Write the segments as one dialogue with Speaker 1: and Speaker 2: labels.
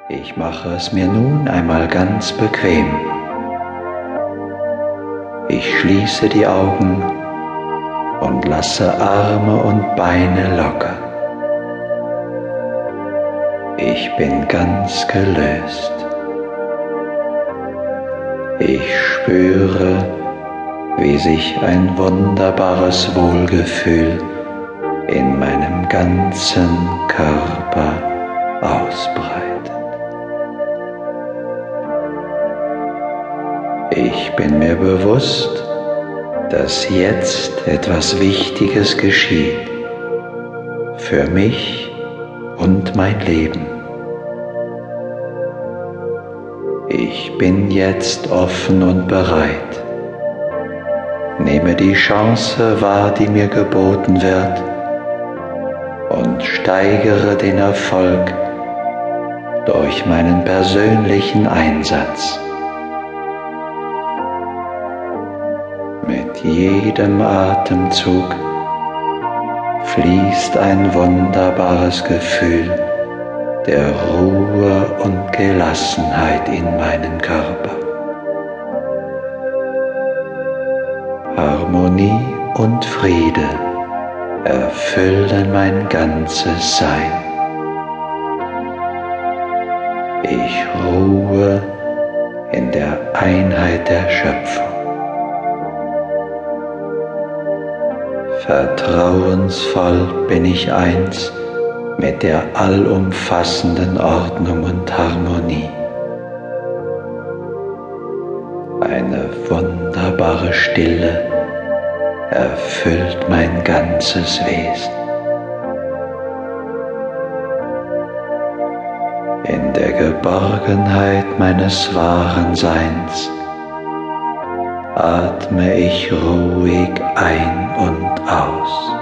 Speaker 1: Ich mache es mir nun einmal ganz bequem. Ich schließe die Augen und lasse Arme und Beine locker. Ich bin ganz gelöst. Ich spüre, wie sich ein wunderbares Wohlgefühl in meinem ganzen Körper ausbreitet. Ich bin mir bewusst, dass jetzt etwas Wichtiges geschieht für mich und mein Leben. Ich bin jetzt offen und bereit. Nehme die Chance wahr, die mir geboten wird, und steigere den Erfolg durch meinen persönlichen Einsatz. Mit jedem Atemzug fließt ein wunderbares Gefühl der Ruhe und Gelassenheit in meinen Körper. Harmonie und Friede erfüllen mein ganzes Sein. Ich ruhe in der Einheit der Schöpfung. Vertrauensvoll bin ich eins mit der allumfassenden Ordnung und Harmonie. Eine wunderbare Stille erfüllt mein ganzes Wesen. In der Geborgenheit meines wahren Seins atme ich ruhig ein und aus.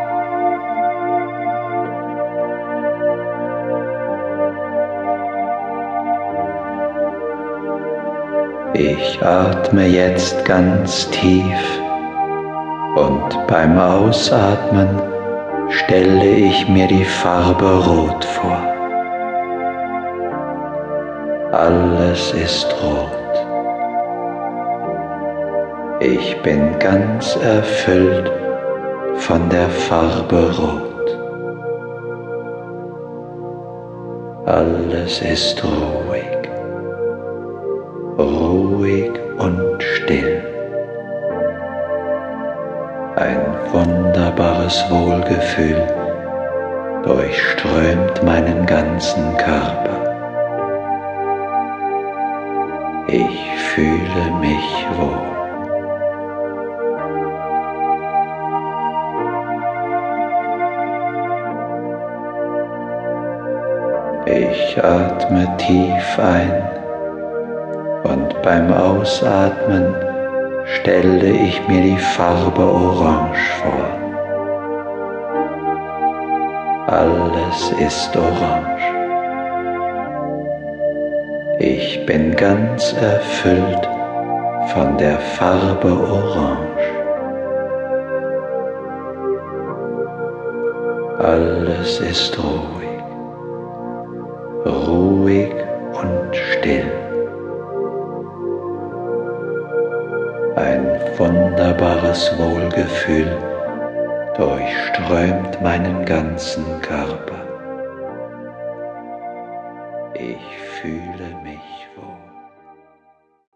Speaker 1: Ich atme jetzt ganz tief und beim Ausatmen stelle ich mir die Farbe Rot vor. Alles ist rot. Ich bin ganz erfüllt von der Farbe Rot. Alles ist ruhig, ruhig und still. Ein wunderbares Wohlgefühl durchströmt meinen ganzen Körper. Ich fühle mich wohl. Ich atme tief ein und beim Ausatmen stelle ich mir die Farbe Orange vor. Alles ist orange. Ich bin ganz erfüllt von der Farbe Orange. Alles ist ruhig, ruhig und still. Ein wunderbares Wohlgefühl durchströmt meinen ganzen Körper. Ich fühle mich wohl.